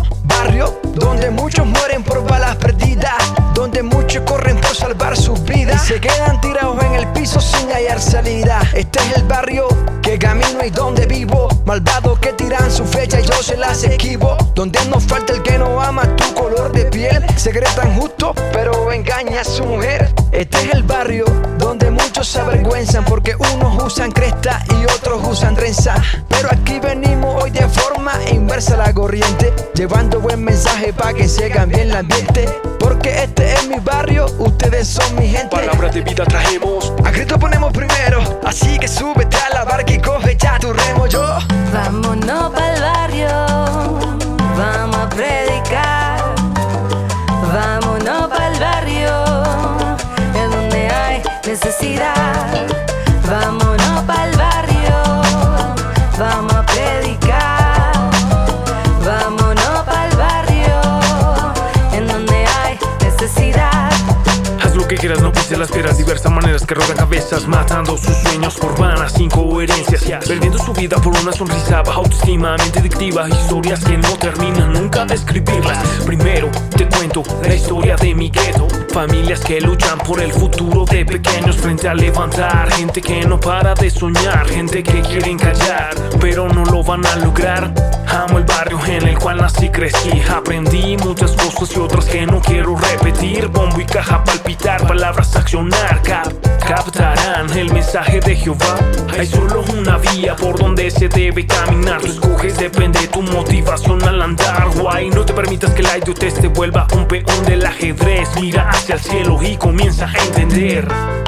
barrio donde muchos mueren por balas perdidas, donde muchos corren por salvar sus vidas y se quedan tirados en el piso sin hallar salida. Este es el barrio que camino y donde vivo, malvados que tiran su flecha y yo se las esquivo, donde no falta el que no ama tu color de piel, se cree tan justo pero engaña a su mujer. Este es el barrio donde muchos se avergüenzan porque unos usan cresta y otros usan trenza, pero aquí venimos hoy de forma inversa a la corriente, llevando buen mensaje para que se cambie el ambiente, porque este es mi barrio, ustedes son mi gente. Palabras de vida trajemos, a Cristo ponemos primero, así que súbete a la barca y coge ya tu remo. Yo vámonos pa'l barrio, vamos a predicar. Vámonos pa'l barrio, en donde hay necesidad. Vámonos pa'l barrio, vamos a predicar. Vámonos pa'l barrio, en donde hay necesidad. haz lo que quieras, no pises las piedras. Diversas maneras que rodan cabezas, matando sus sueños por vanas incoherencias, perdiendo su vida por una sonrisa, baja autoestima, mente adictiva, historias que no terminan nunca de escribirlas. Primero te cuento la historia de mi gueto, familias que luchan por el futuro de pequeños frente a levantar, gente que no para de soñar, gente que quieren callar pero no lo van a lograr. Amo el barrio en el cual nací y crecí, aprendí muchas cosas y otras que no quiero repetir. Bombo y caja palpitar, palabras accionar, captarán el mensaje de Jehová. Hay solo una vía por donde se debe caminar, tú escoges, depende de tu motivación al andar. Guay, no te permitas que la idiotez te vuelva un peón del ajedrez. Mira hacia el cielo y comienza a entender.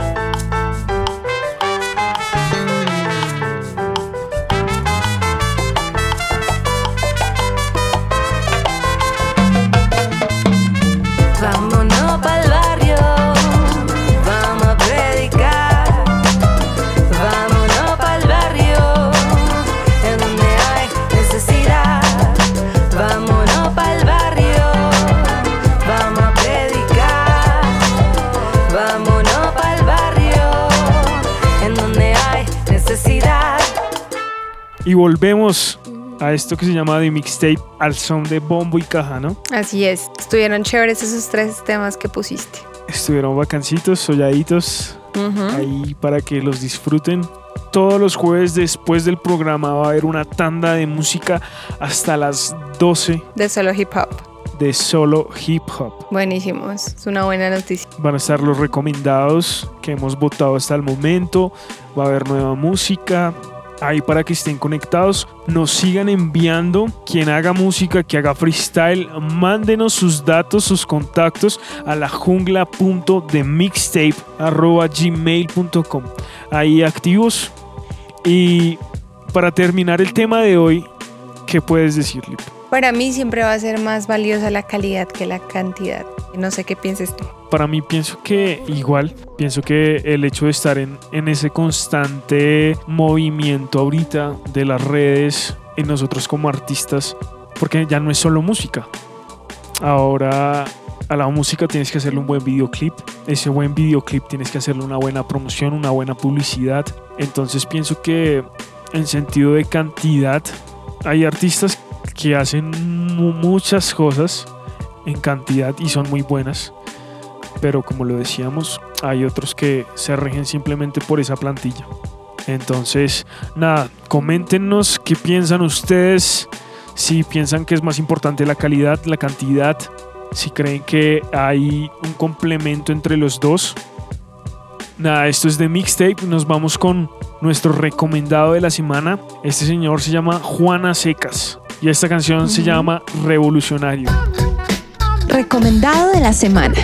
Vámonos pa'l barrio, vamos a predicar. Vámonos pa'l barrio, en donde hay necesidad. Vámonos pa'l barrio, vamos a predicar. Vámonos pa'l barrio, en donde hay necesidad. Y volvemos a esto que se llama The Mixtape al son de bombo y caja, ¿no? Así es. Estuvieron chéveres esos 3 temas que pusiste. Estuvieron bacancitos, solladitos, ahí para que los disfruten. Todos los jueves después del programa va a haber una tanda de música hasta las 12 De solo hip hop. de solo hip hop. Buenísimo, es una buena noticia. Van a estar los recomendados que hemos votado hasta el momento. Va a haber nueva música. Ahí para que estén conectados, nos sigan enviando. Quien haga música, que haga freestyle, mándenos sus datos, sus contactos a lajungla.demixtape@gmail.com. Ahí activos. Y para terminar el tema de hoy, ¿qué puedes decir, Lip? Para mí siempre va a ser más valiosa la calidad que la cantidad. No sé qué pienses tú. Para mí pienso que el hecho de estar en ese constante movimiento ahorita de las redes, en nosotros como artistas, porque ya no es solo música. Ahora a la música tienes que hacerle un buen videoclip. Ese buen videoclip tienes que hacerle una buena promoción, una buena publicidad. Entonces pienso que en sentido de cantidad hay artistas que hacen muchas cosas en cantidad y son muy buenas, pero como lo decíamos, hay otros que se rigen simplemente por esa plantilla. Entonces, nada, coméntenos qué piensan ustedes, si piensan que es más importante la calidad, la cantidad, si creen que hay un complemento entre los dos. Nada, esto es The Mixtape, nos vamos con nuestro recomendado de la semana. Este señor se llama Juana Secas y esta canción se llama Revolucionario. Recomendado de la semana.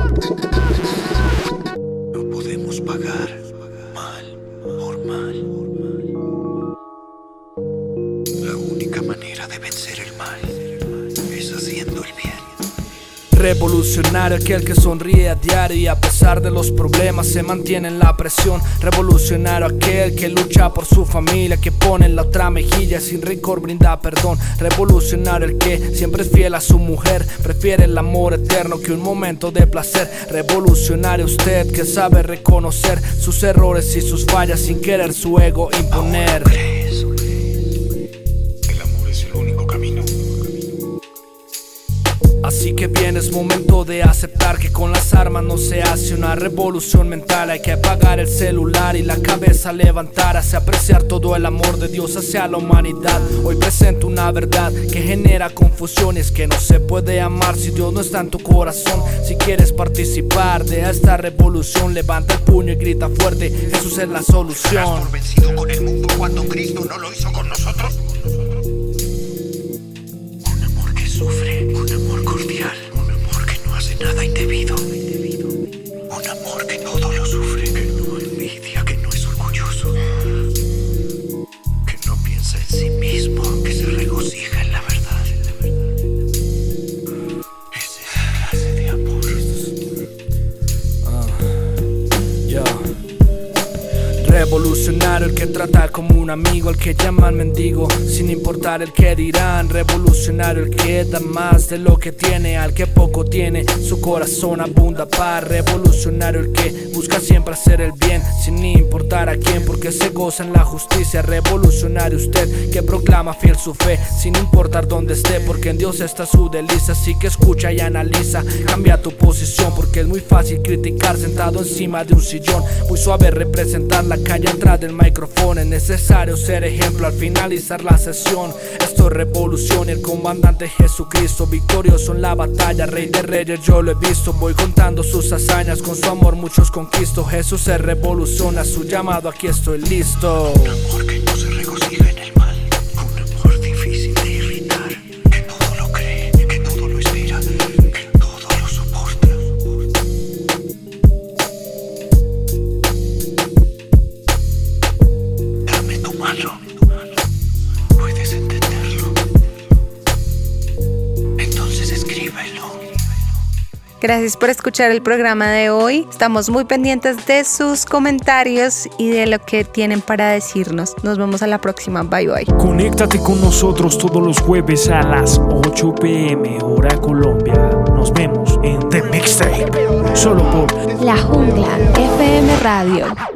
No podemos pagar mal por mal. La única manera de vencer el mal es haciendo el bien. Revolucionario, aquel que sonríe a diario y a pesar de los problemas se mantiene en la presión. Revolucionario, aquel que lucha por su familia, que pone en la otra mejilla sin rencor brinda perdón. Revolucionario, el que siempre es fiel a su mujer, prefiere el amor eterno que un momento de placer. Revolucionario, usted que sabe reconocer sus errores y sus fallas sin querer su ego imponer. El amor es el único camino. momento de aceptar que con las armas no se hace una revolución mental. Hay que apagar el celular y la cabeza levantar hacia apreciar todo el amor de Dios hacia la humanidad. Hoy presento una verdad que genera confusión, y es que no se puede amar si Dios no está en tu corazón. Si quieres participar de esta revolución, levanta el puño y grita fuerte: Jesús es la solución. ¿Te das por vencido con el mundo cuando Cristo no lo hizo con nosotros? Un amor que sufre, un amor cordial, un amor que no hace nada indebido, un amor que todo lo sufre, que no envidia, que no es orgulloso, que no piensa en sí mismo, que se regocija en la verdad. Esa es la clase de amor. Revolucionario, el que trata como un amigo, el que llaman mendigo sin importar el que dirán. Revolucionario, el que da más de lo que tiene al que poco tiene, su corazón abunda paz. Revolucionario, el que busca siempre hacer el bien sin importar a quién, porque se goza en la justicia. Revolucionario, usted que proclama fiel su fe sin importar dónde esté, porque en Dios está su delicia. Así que escucha y analiza, cambia tu posición, porque es muy fácil criticar sentado encima de un sillón, muy suave representar la calle atrás del micrófono. Es necesario ser ejemplo al finalizar la sesión. Esto es revolución y el comandante Jesucristo victorioso en la batalla, rey de reyes yo lo he visto. Voy contando sus hazañas, con su amor muchos conquisto. Jesús es revolución, a su llamado aquí estoy listo. Un amor que no se regocija en el mal, un amor difícil de irritar, que todo lo cree, que todo lo espera, que todo lo soporta. Dame tu mano, puedes entenderlo, entonces escríbelo. Gracias por escuchar el programa de hoy. Estamos muy pendientes de sus comentarios y de lo que tienen para decirnos. Nos vemos a la próxima. Bye bye. Conéctate con nosotros todos los jueves a las 8 p.m. hora Colombia. Nos vemos en The Mixtape, solo por La Jungla FM Radio.